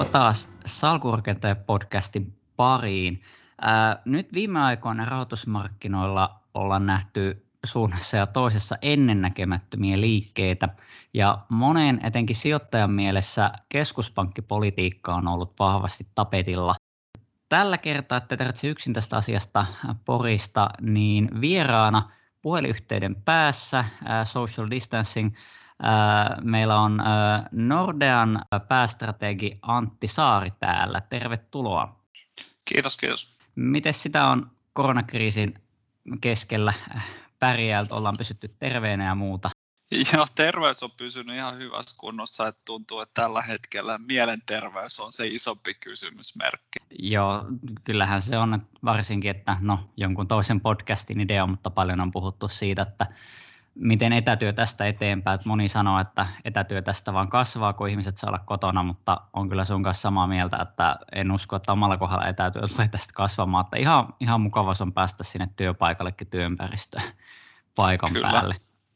taas Salkunrakentaja-podcastin pariin. Nyt viime aikoina rahoitusmarkkinoilla ollaan nähty suunnassa ja toisessa ennennäkemättömiä liikkeitä, ja monen etenkin sijoittajan mielessä keskuspankkipolitiikka on ollut vahvasti tapetilla. Tällä kertaa, että tarvitse yksin tästä asiasta Porista, niin vieraana puhelinyhteyden päässä social distancing meillä on Nordean päästrategi Antti Saari täällä. Tervetuloa. Kiitos, kiitos. Miten sitä on koronakriisin keskellä pärjäilty? Ollaan pysytty terveenä ja muuta? Joo, terveys on pysynyt ihan hyvässä kunnossa, että tuntuu, että tällä hetkellä mielenterveys on se isompi kysymysmerkki. Joo, kyllähän se on varsinkin, että jonkun toisen podcastin idea, mutta paljon on puhuttu siitä, että miten etätyö tästä eteenpäin. Että moni sanoo, että etätyö tästä vaan kasvaa, kun ihmiset saa olla kotona, mutta on kyllä sun kanssa samaa mieltä, että en usko, että omalla kohdalla etätyö tulee tästä kasvamaan. Että ihan mukava on päästä sinne työpaikallekin työympäristöön paikan kyllä päälle.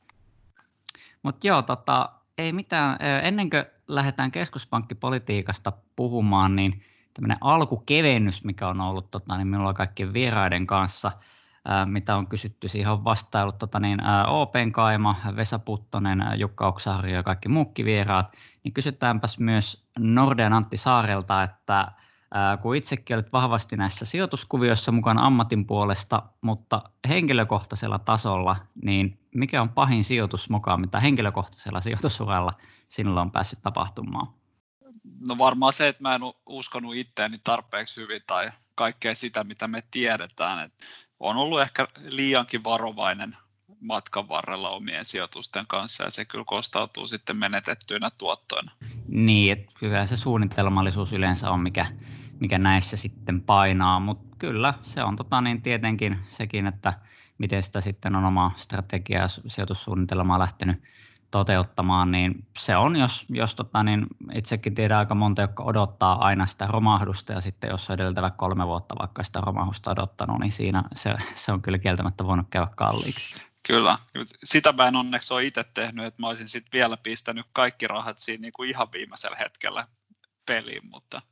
Mutta joo, ei mitään. Ennen kuin lähdetään keskuspankkipolitiikasta puhumaan, niin tämmöinen alkukevennys, mikä on ollut niin minulla kaikkien vieraiden kanssa, mitä on kysytty, siihen on vastaillut Open Kaima, Vesa Puttonen, Jukka Oksaharju ja kaikki muutkin vieraat, niin kysytäänpäs myös Nordean Antti Saarelta, että kun itsekin olet vahvasti näissä sijoituskuvioissa mukana ammatin puolesta, mutta henkilökohtaisella tasolla, niin mikä on pahin sijoitusmoka, mitä henkilökohtaisella sijoitusuralla sinulla on päässyt tapahtumaan? No varmaan se, että mä en uskonut itseäni tarpeeksi hyvin tai kaikkea sitä, mitä me tiedetään. Että on ollut ehkä liiankin varovainen matkan varrella omien sijoitusten kanssa ja se kyllä kostautuu sitten menetettyinä tuottoina. Niin, että kyllä se suunnitelmallisuus yleensä on, mikä näissä sitten painaa, mutta kyllä se on tietenkin sekin, että miten sitä sitten on omaa strategiaa ja sijoitussuunnitelmaa lähtenyt toteuttamaan, niin se on, jos itsekin tiedän aika monta, jotka odottaa aina sitä romahdusta ja sitten jos on edeltävä 3 vuotta vaikka sitä romahdusta odottanut, niin siinä se on kyllä kieltämättä voinut käydä kalliiksi. Kyllä, sitä mä en onneksi ole itse tehnyt, että mä olisin sitten vielä pistänyt kaikki rahat siinä niin kuin ihan viimeisellä hetkellä peliin, mutta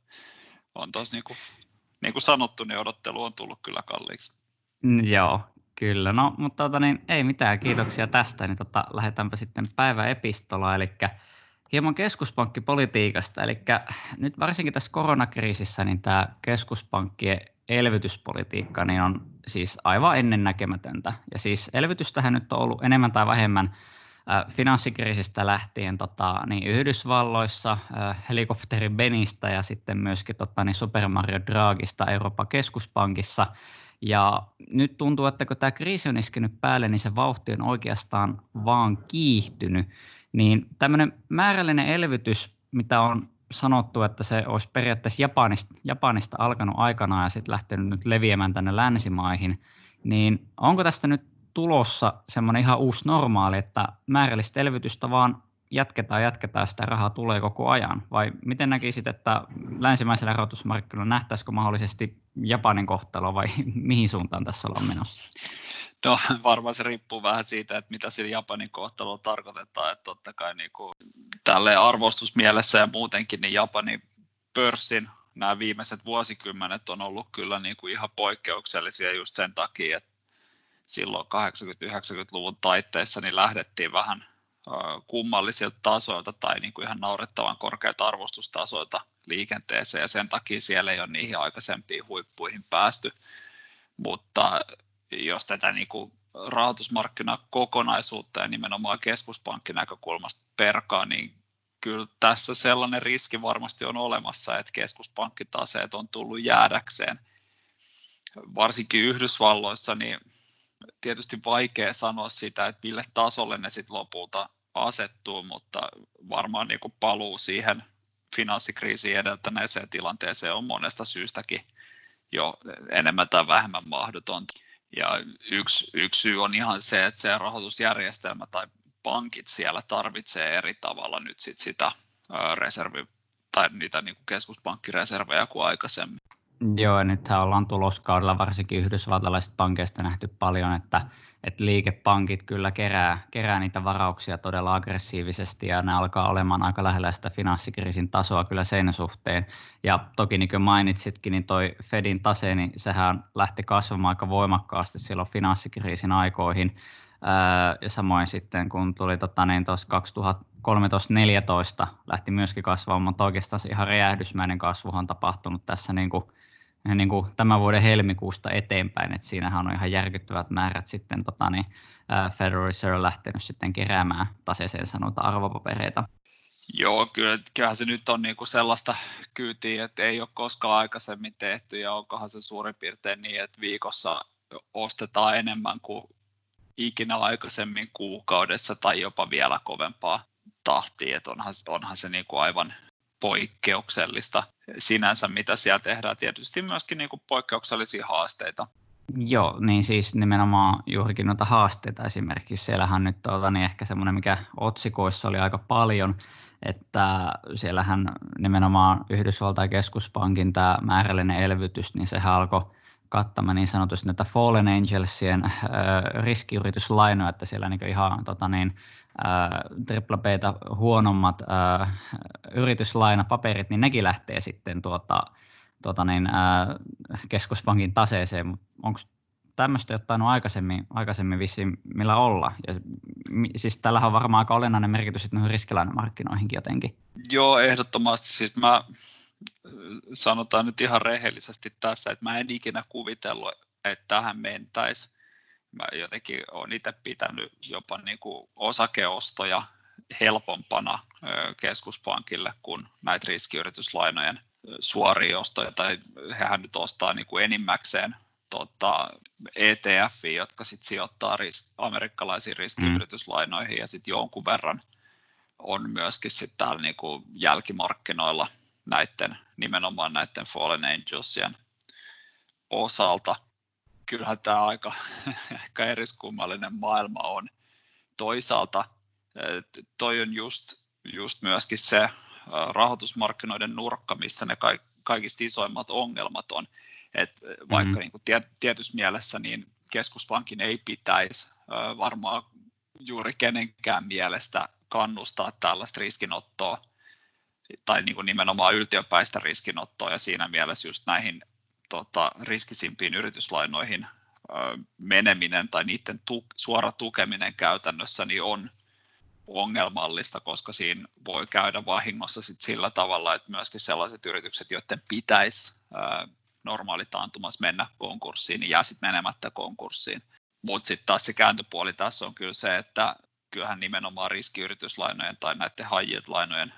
on tossa niin kuin sanottu, niin odottelu on tullut kyllä kalliiksi. Joo, kyllä. No, mutta ei mitään, kiitoksia tästä, niin lähdetäänpä sitten päiväepistolaan, eli hieman keskuspankkipolitiikasta, eli nyt varsinkin tässä koronakriisissä, niin tämä keskuspankkien elvytyspolitiikka niin on siis aivan ennennäkemätöntä. Ja siis elvytystähän nyt on ollut enemmän tai vähemmän finanssikriisistä lähtien niin Yhdysvalloissa, helikopteri Benistä ja sitten myöskin niin Super Mario Draghista Euroopan keskuspankissa. Ja nyt tuntuu, että kun tämä kriisi on iskenyt päälle, niin se vauhti on oikeastaan vaan kiihtynyt. Niin tämmöinen määrällinen elvytys, mitä on sanottu, että se olisi periaatteessa Japanista alkanut aikanaan ja sitten lähtenyt nyt leviämään tänne länsimaihin, niin onko tästä nyt tulossa semmoinen ihan uusi normaali, että määrällistä elvytystä vaan jatketaan, sitä rahaa tulee koko ajan? Vai miten näkisit, että länsimaisella rahoitusmarkkinoilla nähtäisikö mahdollisesti Japanin kohtalo vai mihin suuntaan tässä ollaan menossa? No varmaan se riippuu vähän siitä, että mitä sillä Japanin kohtalolla tarkoitetaan, että totta kai niin kuin tälleen arvostusmielessä ja muutenkin niin Japanin pörssin nämä viimeiset vuosikymmenet on ollut kyllä niin kuin ihan poikkeuksellisia just sen takia, että silloin 80-90-luvun taitteessa niin lähdettiin vähän kummallisilta tasoilta tai niin kuin ihan naurettavan korkeilta arvostustasoilta liikenteeseen ja sen takia siellä ei ole niihin aikaisempiin huippuihin päästy, mutta jos tätä niin kuin rahoitusmarkkinakokonaisuutta ja nimenomaan keskuspankin näkökulmasta perkaa, niin kyllä tässä sellainen riski varmasti on olemassa, että keskuspankkitaseet on tullut jäädäkseen. Varsinkin Yhdysvalloissa, niin tietysti vaikea sanoa sitä, että mille tasolle ne sitten lopulta asettuu, mutta varmaan niin kuin paluu siihen finanssikriisiin edeltäneeseen tilanteeseen on monesta syystäkin jo enemmän tai vähemmän mahdotonta. Ja yksi syy on ihan se, että se rahoitusjärjestelmä tai pankit siellä tarvitsee eri tavalla nyt sitä reservi tai niitä niin kuin keskuspankkireservejä kuin aikaisemmin. Joo, ja nythän ollaan tuloskaudella varsinkin yhdysvaltalaisista pankeista nähty paljon, että liikepankit kyllä kerää niitä varauksia todella aggressiivisesti, ja ne alkaa olemaan aika lähellä sitä finanssikriisin tasoa kyllä sen suhteen. Ja toki niin kuin mainitsitkin, niin toi Fedin tase, niin sehän lähti kasvamaan aika voimakkaasti silloin finanssikriisin aikoihin. Ja samoin sitten kun tuli tuossa 2013-2014 lähti myöskin kasvamaan, mutta oikeastaan ihan räjähdysmäinen kasvu on tapahtunut tässä niin kuin tämän vuoden helmikuusta eteenpäin, että siinähän on ihan järkyttävät määrät sitten Federal Reserve lähtenyt sitten keräämään taseeseensa noita arvopapereita. Joo, kyllähän se nyt on niinku sellaista kyytiä, että ei ole koskaan aikaisemmin tehty, ja onkohan se suurin piirtein niin, että viikossa ostetaan enemmän kuin ikinä aikaisemmin kuukaudessa tai jopa vielä kovempaa tahtia, että onhan se niinku aivan poikkeuksellista sinänsä, mitä siellä tehdään. Tietysti myöskin niinku poikkeuksellisia haasteita. Joo, niin siis nimenomaan juurikin noita haasteita esimerkiksi. Siellähän nyt niin ehkä semmoinen, mikä otsikoissa oli aika paljon, että siellähän nimenomaan Yhdysvaltain keskuspankin tämä määrällinen elvytys, niin sehän alkoi kattamaan niin sanotusti näitä Fallen Angelsien riskiyrityslainoja, että siellä niin ihan triple B:tä huonommat yrityslainapaperit, niin nekin lähtee sitten keskuspankin taseeseen, mutta onko tämmöistä jotain aikaisemmin vissiin millä olla? Ja, siis tällähän on varmaan aika olennainen merkitys sitten noihin riskilainamarkkinoihinkin jotenkin. Joo, ehdottomasti. Siis mä sanotaan nyt ihan rehellisesti tässä, että mä en ikinä kuvitellut, että tähän mentäisiin. Mä jotenkin olen itse pitänyt jopa niin kuin osakeostoja helpompana keskuspankille kuin näitä riskiyrityslainojen suoria ostoja, tai hehän nyt ostaa niin kuin enimmäkseen ETF, jotka sitten sijoittaa amerikkalaisiin riskiyrityslainoihin, ja sitten jonkun verran on myöskin sitten täällä niin kuin jälkimarkkinoilla nimenomaan näiden Fallen Angelsien osalta. Kyllähän tämä aika eriskummallinen maailma on. Toisaalta toi on just myöskin se rahoitusmarkkinoiden nurkka, missä ne kaikista isoimmat ongelmat on. Et vaikka niin kuin tietyssä mielessä niin keskuspankin ei pitäisi varmaan juuri kenenkään mielestä kannustaa tällaista riskinottoa tai niin kuin nimenomaan yltiöpäistä riskinottoa, ja siinä mielessä just näihin riskisimpiin yrityslainoihin meneminen tai niiden suora tukeminen käytännössä niin on ongelmallista, koska siinä voi käydä vahingossa sit sillä tavalla, että myöskin sellaiset yritykset, joiden pitäisi normaalitaantumassa mennä konkurssiin, niin jää sitten menemättä konkurssiin. Mutta sitten taas se kääntöpuoli tässä on kyllä se, että kyllähän nimenomaan riskiyrityslainojen tai näiden high yield-lainojen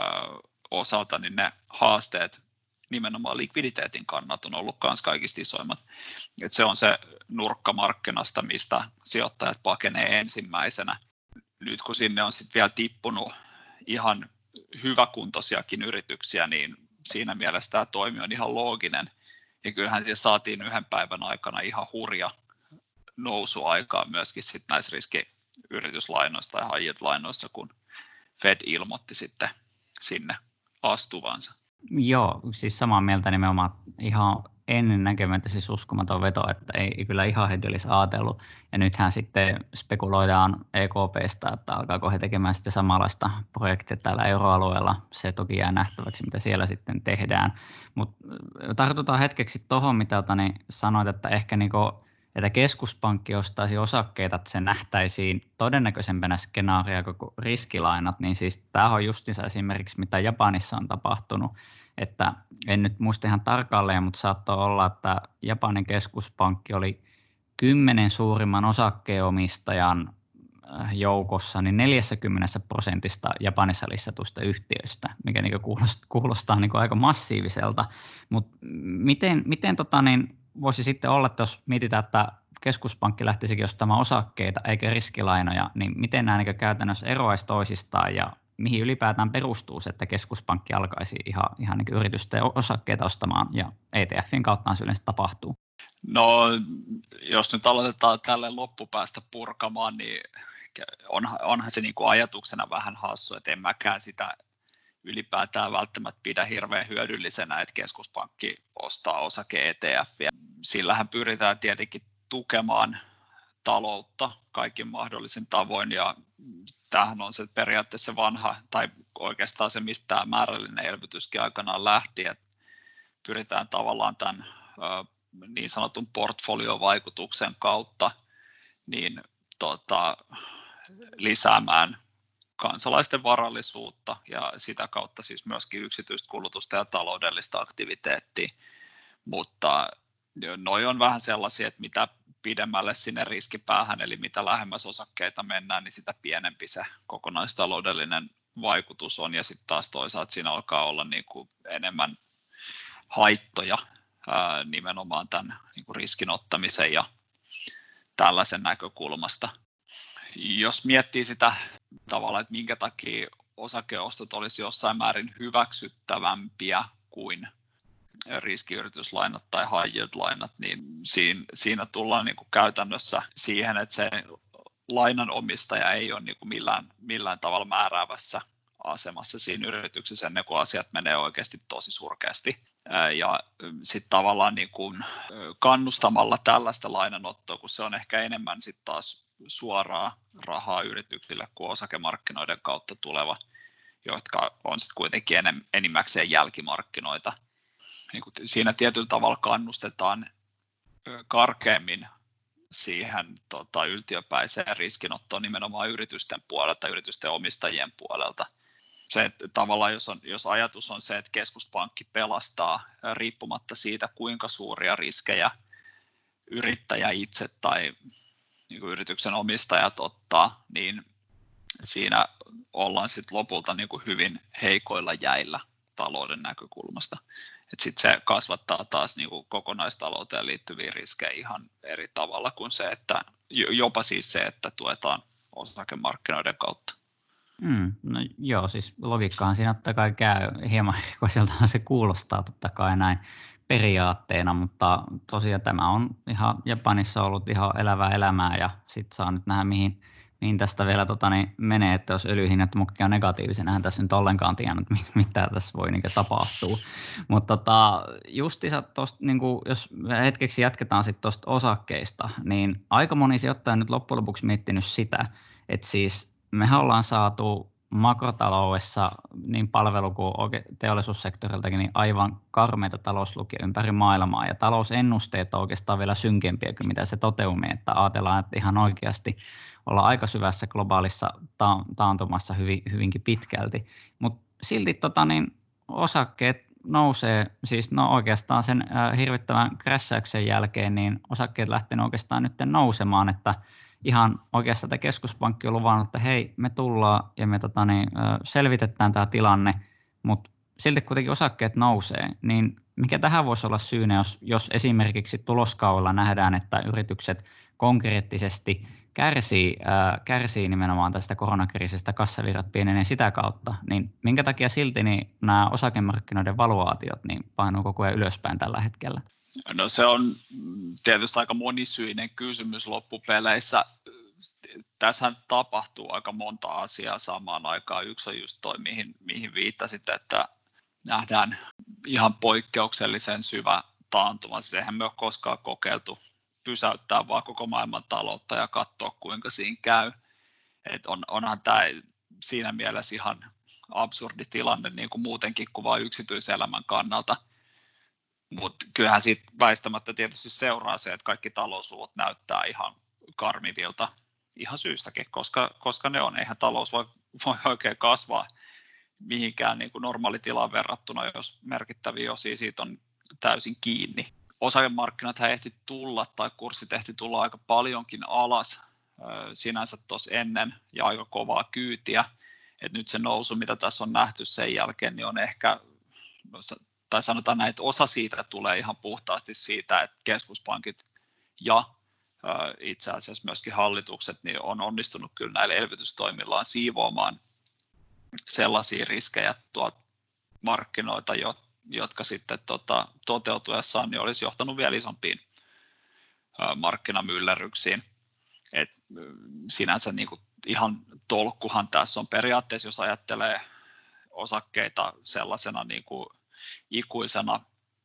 osalta, niin ne haasteet nimenomaan likviditeetin kannalta on ollut myös kaikista isoimmat. Et se on se nurkka markkinasta, mistä sijoittajat pakenee ensimmäisenä. Nyt kun sinne on sitten vielä tippunut ihan hyväkuntoisiakin yrityksiä, niin siinä mielessä tämä toimi on ihan looginen. Ja kyllähän siellä saatiin yhden päivän aikana ihan hurja nousuaikaa myöskin sit näissä riskiyrityslainoissa tai high yield-lainoissa, kun Fed ilmoitti sitten sinne astuvansa. Joo, siis samaa mieltä nimenomaan ihan ennennäkemättä siis uskomaton veto, että ei kyllä ihan heti olisi ajatellut. Ja nythän sitten spekuloidaan EKP:stä, että alkaako he tekemään sitten samanlaista projektia täällä euroalueella. Se toki jää nähtäväksi, mitä siellä sitten tehdään. Mutta tartutaan hetkeksi tuohon, mitä sanoit, että ehkä että keskuspankki ostaisi osakkeita, että se nähtäisiin todennäköisempänä skenaaria kuin riskilainat, niin siis tämä on justiinsa esimerkiksi mitä Japanissa on tapahtunut, että en nyt muista ihan tarkalleen, mutta saattoi olla, että Japanin keskuspankki oli 10 suurimman osakkeenomistajan joukossa niin 40% Japanissa listatuista yhtiöistä, mikä kuulostaa aika massiiviselta, mutta miten voisi sitten olla, että jos mietitään, että keskuspankki lähtisikin ostamaan osakkeita eikä riskilainoja, niin miten nämä käytännössä eroaisi toisistaan ja mihin ylipäätään perustuu se, että keskuspankki alkaisi ihan yritysten osakkeita ostamaan ja ETFin kautta se yleensä tapahtuu? No, jos nyt aloitetaan tälle loppupäästä purkamaan, niin onhan se niin kuin ajatuksena vähän hassu, että en mäkään sitä ylipäätään välttämättä pidä hirveän hyödyllisenä, että keskuspankki ostaa osake-ETF:iä. Sillähän pyritään tietenkin tukemaan taloutta kaikin mahdollisin tavoin, ja tämähän on se periaatteessa vanha, tai oikeastaan se, mistä tämä määrällinen elvytyskin aikanaan lähti, että pyritään tavallaan tämän niin sanotun portfoliovaikutuksen kautta niin lisäämään kansalaisten varallisuutta ja sitä kautta siis myöskin yksityistä kulutusta ja taloudellista aktiviteettia, mutta noi on vähän sellaisia, että mitä pidemmälle sinne riskipäähän, eli mitä lähemmäs osakkeita mennään, niin sitä pienempi se kokonaistaloudellinen vaikutus on, ja sitten taas toisaalta siinä alkaa olla niin kuin enemmän haittoja nimenomaan tämän niin kuin riskinottamisen ja tällaisen näkökulmasta. Jos miettii sitä tavalla, että minkä takia osakeostot olisi jossain määrin hyväksyttävämpiä kuin riskiyrityslainat tai high yield-lainat, niin siinä tullaan niin kuin käytännössä siihen, että se lainan omistaja ei ole niin kuin millään tavalla määräävässä asemassa siinä yrityksessä ennen kuin asiat menee oikeasti tosi surkeasti. Ja sitten tavallaan niin kuin kannustamalla tällaista lainanottoa, kun se on ehkä enemmän sitten taas suoraa rahaa yrityksille kuin osakemarkkinoiden kautta tuleva, jotka on sitten kuitenkin enimmäkseen jälkimarkkinoita. Niin kuin siinä tietyllä tavalla kannustetaan karkeammin siihen yltiöpäiseen riskinottoon nimenomaan yritysten puolelta, yritysten omistajien puolelta. Se, että tavallaan jos ajatus on se, että keskuspankki pelastaa riippumatta siitä, kuinka suuria riskejä yrittäjä itse tai niin kuin yrityksen omistajat ottaa, niin siinä ollaan sitten lopulta niin kuin hyvin heikoilla jäillä talouden näkökulmasta. Sitten se kasvattaa taas niin kuin kokonaistalouteen liittyviä riskejä ihan eri tavalla kuin se, että jopa siis se, että tuetaan osakemarkkinoiden kautta. No joo, siis logiikkaan siinä totta kai käy hieman erikoiseltahan se kuulostaa totta kai näin periaatteena, mutta tosiaan tämä on ihan Japanissa ollut ihan elävää elämää ja sitten saa nyt nähdä mihin tästä vielä menee, että jos öljyhinnat mukaan on negatiivisen, eihän tässä nyt ollenkaan tiennyt, mitä tässä voi niin tapahtua. Mutta justiinsa tuosta, niin jos hetkeksi jatketaan sitten tuosta osakkeista, niin aika moni sijoittaja on nyt loppujen lopuksi miettinyt sitä, että siis mehän ollaan saatu makrotaloudessa niin palvelu- kuin teollisuussektoriltakin niin aivan karmeita talouslukuja ympäri maailmaa, ja talousennusteet on oikeastaan vielä synkempiä kuin mitä se toteumii, että ajatellaan, että ihan oikeasti ollaan aika syvässä globaalissa taantumassa hyvinkin pitkälti, mutta silti osakkeet nousee, siis oikeastaan sen hirvittävän krässäyksen jälkeen, niin osakkeet lähtenyt oikeastaan nyt nousemaan, että ihan oikeastaan tämä keskuspankki on luvannut, että hei, me tullaan ja me selvitetään tämä tilanne, mutta silti kuitenkin osakkeet nousee, niin mikä tähän voisi olla syynä, jos esimerkiksi tuloskaudella nähdään, että yritykset konkreettisesti kärsii nimenomaan tästä koronakriisistä, kassavirrat pienenee sitä kautta, niin minkä takia silti niin nämä osakemarkkinoiden valuaatiot niin painuu koko ajan ylöspäin tällä hetkellä? No se on tietysti aika monisyinen kysymys loppupeleissä. Tässähän tapahtuu aika monta asiaa samaan aikaan. Yksi on just toi, mihin viittasit, että nähdään ihan poikkeuksellisen syvä taantuma. Siis eihän me ole koskaan kokeiltu pysäyttää vaan koko maailman taloutta ja katsoa, kuinka siinä käy. Onhan tämä siinä mielessä ihan absurdi tilanne niin kuin muutenkin kuin vain yksityiselämän kannalta. Mutta kyllähän siitä väistämättä tietysti seuraa se, että kaikki talousluvut näyttää ihan karmivilta ihan syystäkin, koska ne on. Eihän talous voi oikein kasvaa mihinkään niin kuin normaalitilaan verrattuna, jos merkittäviä osia siitä on täysin kiinni. Osakemarkkinathan ehti tulla tai kurssit ehti tulla aika paljonkin alas sinänsä tuossa ennen ja aika kovaa kyytiä. Et nyt se nousu, mitä tässä on nähty sen jälkeen, niin on ehkä, tai sanotaan näin, että osa siitä tulee ihan puhtaasti siitä, että keskuspankit ja itse asiassa myöskin hallitukset niin on onnistunut kyllä näillä elvytystoimillaan siivoamaan sellaisia riskejä tuolta markkinoita, jotka sitten toteutuessaan niin olisi johtanut vielä isompiin markkinamyllerryksiin. Et sinänsä niin kuin ihan tolkkuhan tässä on periaatteessa, jos ajattelee osakkeita sellaisena niin kuin ikuisena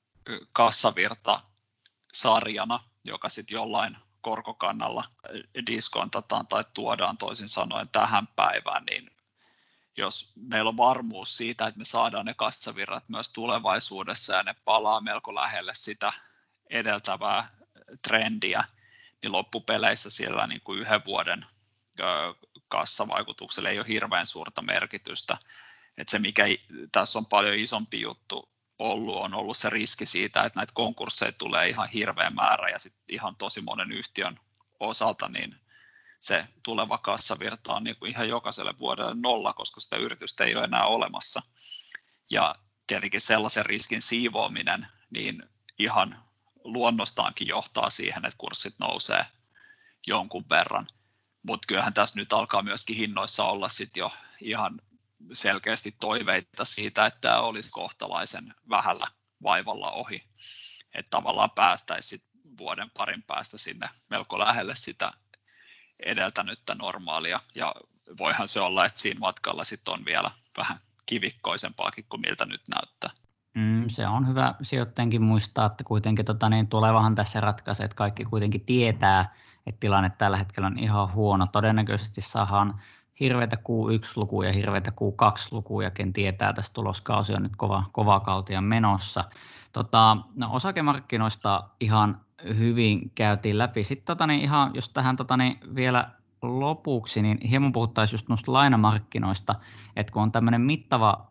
kassavirtasarjana, joka sitten jollain korkokannalla diskontataan tai tuodaan toisin sanoen tähän päivään, niin jos meillä on varmuus siitä, että me saadaan ne kassavirrat myös tulevaisuudessa ja ne palaa melko lähelle sitä edeltävää trendiä, niin loppupeleissä siellä niin kuin 1 vuoden kassavaikutuksella ei ole hirveän suurta merkitystä. Että se, mikä tässä on paljon isompi juttu on ollut se riski siitä, että näitä konkursseja tulee ihan hirveä määrä ja sitten ihan tosi monen yhtiön osalta, niin se tuleva kassavirta on niin kuin ihan jokaiselle vuodelle 0, koska sitä yritystä ei ole enää olemassa. Ja tietenkin sellaisen riskin siivoaminen niin ihan luonnostaankin johtaa siihen, että kurssit nousee jonkun verran. Mutta kyllähän tässä nyt alkaa myöskin hinnoissa olla sit jo ihan selkeästi toiveita siitä, että tämä olisi kohtalaisen vähällä vaivalla ohi. Että tavallaan päästäisiin vuoden parin päästä sinne melko lähelle sitä edeltänyttä normaalia. Ja voihan se olla, että siinä matkalla sit on vielä vähän kivikkoisempaakin kuin miltä nyt näyttää. Se on hyvä sijoittajankin muistaa, että kuitenkin tulevahan tässä ratkaisee, että kaikki kuitenkin tietää, että tilanne tällä hetkellä on ihan huono. Todennäköisesti saadaan hirveitä Q1-lukuja ja hirveitä Q2-lukuja, ken tietää, että tässä tuloskausi on nyt kova kautia menossa. Osakemarkkinoista ihan hyvin käytiin läpi. Sitten ihan, jos tähän vielä lopuksi, niin hieman puhuttaisiin just noista lainamarkkinoista, että kun on tämmöinen mittava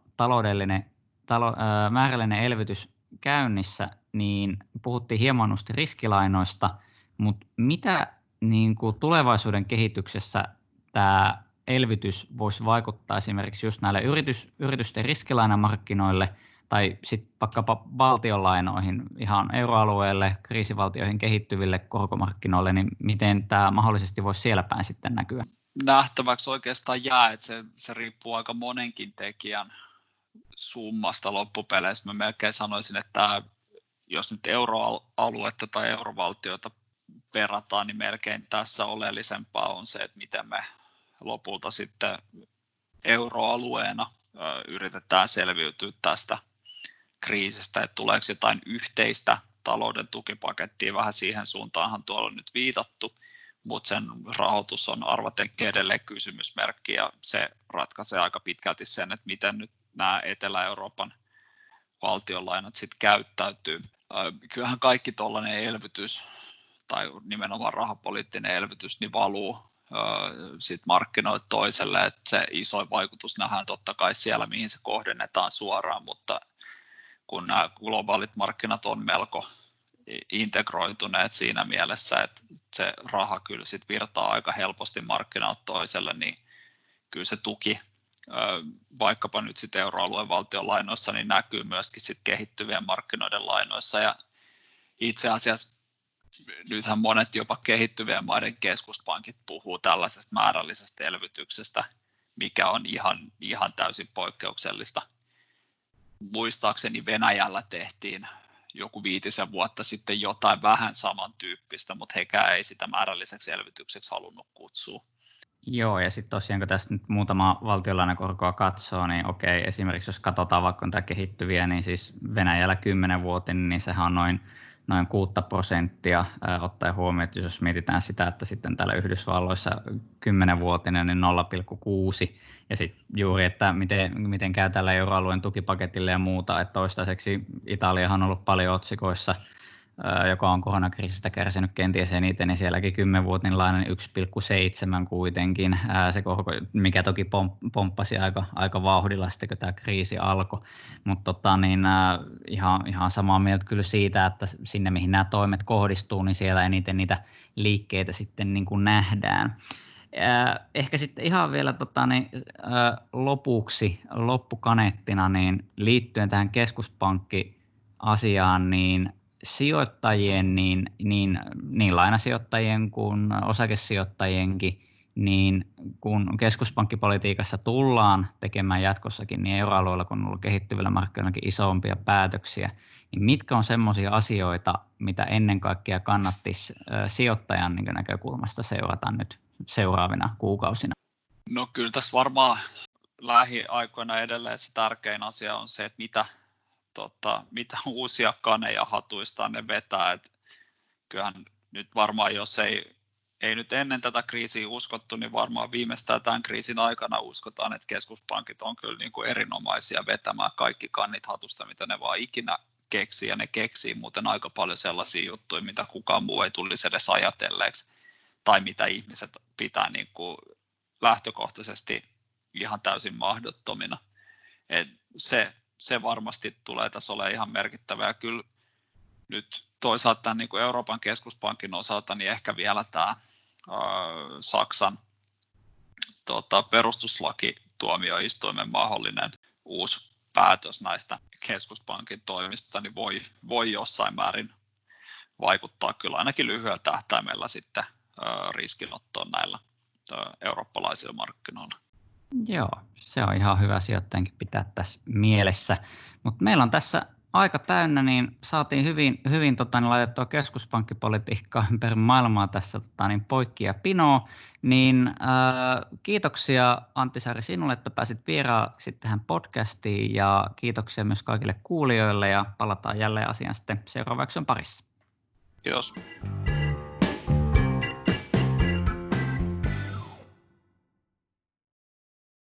määrällinen elvytys käynnissä, niin puhuttiin hieman noista riskilainoista, mutta mitä niin kuin tulevaisuuden kehityksessä tämä elvytys voisi vaikuttaa esimerkiksi just näille yritysten riskilainamarkkinoille tai sitten vaikkapa valtionlainoihin, ihan euroalueelle, kriisivaltioihin kehittyville korkomarkkinoille, niin miten tämä mahdollisesti voisi siellä päin sitten näkyä? Nähtäväksi oikeastaan jää, että se riippuu aika monenkin tekijän summasta loppupeleissä. Mä melkein sanoisin, että jos nyt euroaluetta tai eurovaltioita perataan, niin melkein tässä oleellisempaa on se, että miten me lopulta sitten euroalueena yritetään selviytyä tästä kriisistä, että tuleeko jotain yhteistä talouden tukipakettia, vähän siihen suuntaanhan tuolla on nyt viitattu, mutta sen rahoitus on arvaten edelleen kysymysmerkki ja se ratkaisee aika pitkälti sen, että miten nyt nämä Etelä-Euroopan valtionlainat sitten käyttäytyy. Kyllähän kaikki tuollainen elvytys tai nimenomaan rahapoliittinen elvytys niin valuu sit markkinoille toiselle, että se iso vaikutus nähdään totta kai siellä, mihin se kohdennetaan suoraan, mutta kun nämä globaalit markkinat on melko integroituneet siinä mielessä, että se raha kyllä sit virtaa aika helposti markkinoille toiselle, niin kyllä se tuki vaikkapa nyt sitten euroalueen valtion lainoissa niin näkyy myöskin sit kehittyvien markkinoiden lainoissa ja itse asiassa nythän monet jopa kehittyvien maiden keskuspankit puhuu tällaisesta määrällisestä elvytyksestä, mikä on ihan täysin poikkeuksellista. Muistaakseni Venäjällä tehtiin joku 5 vuotta sitten jotain vähän samantyyppistä, mutta hekään ei sitä määrälliseksi elvytykseksi halunnut kutsua. Joo, ja sitten tosiaan kun tässä nyt muutama valtionlainakorkoa katsoo, niin okei, esimerkiksi jos katsotaan vaikka tämä kehittyviä, niin siis Venäjällä 10-vuotinen, niin sehän on noin 6%, ottaen huomioon, että jos mietitään sitä, että sitten täällä Yhdysvalloissa 10-vuotinen, niin 0,6, ja sitten juuri, että miten käy tällä euroalueen tukipaketille ja muuta, että toistaiseksi Italiahan on ollut paljon otsikoissa, joka on koronakriisistä kärsinyt kenties eniten, niin sielläkin 10-vuotinen laina 1,7 kuitenkin, se korko, mikä toki pomppasi aika vauhdilla sitten, kun tämä kriisi alkoi, mutta ihan samaa mieltä kyllä siitä, että sinne mihin nämä toimet kohdistuu, niin siellä eniten niitä liikkeitä sitten niin kuin nähdään. Ehkä sitten ihan vielä lopuksi, loppukaneettina, niin liittyen tähän keskuspankki-asiaan, niin sijoittajien, niin lainasijoittajien kuin osakesijoittajienkin, niin kun keskuspankkipolitiikassa tullaan tekemään jatkossakin, niin euroalueella kun on ollut kehittyvillä markkinoillakin isompia päätöksiä, niin mitkä on semmoisia asioita, mitä ennen kaikkea kannattisi sijoittajan näkökulmasta seurata nyt seuraavina kuukausina? No kyllä tässä varmaan lähiaikoina edelleen se tärkein asia on se, että mitä uusia kaneja hatuistaan ne vetää. Et kyllähän nyt varmaan, jos ei nyt ennen tätä kriisiä uskottu, niin varmaan viimeistään tämän kriisin aikana uskotaan, että keskuspankit on kyllä niin kuin erinomaisia vetämään kaikki kannit hatusta, mitä ne vaan ikinä keksii, ja ne keksii muuten aika paljon sellaisia juttuja, mitä kukaan muu ei tulisi edes ajatelleeksi, tai mitä ihmiset pitää niin kuin lähtökohtaisesti ihan täysin mahdottomina. Et se varmasti tulee tässä olemaan ihan merkittävää, ja kyllä nyt toisaalta tämän niin kuin Euroopan keskuspankin osalta niin ehkä vielä tämä Saksan perustuslakituomioistuimen mahdollinen uusi päätös näistä keskuspankin toimista niin voi jossain määrin vaikuttaa kyllä ainakin lyhyellä tähtäimellä sitten riskinottoon näillä eurooppalaisilla markkinoilla. Joo, se on ihan hyvä sijoittajankin pitää tässä mielessä, mutta meillä on tässä aika täynnä, niin saatiin hyvin laitettua keskuspankkipolitiikkaa ympäri maailmaa tässä poikki ja pinoa, niin kiitoksia Antti Saari sinulle, että pääsit vieraaksi tähän podcastiin, ja kiitoksia myös kaikille kuulijoille, ja palataan jälleen asiaan sitten seuraavan jakson parissa. Kiitos.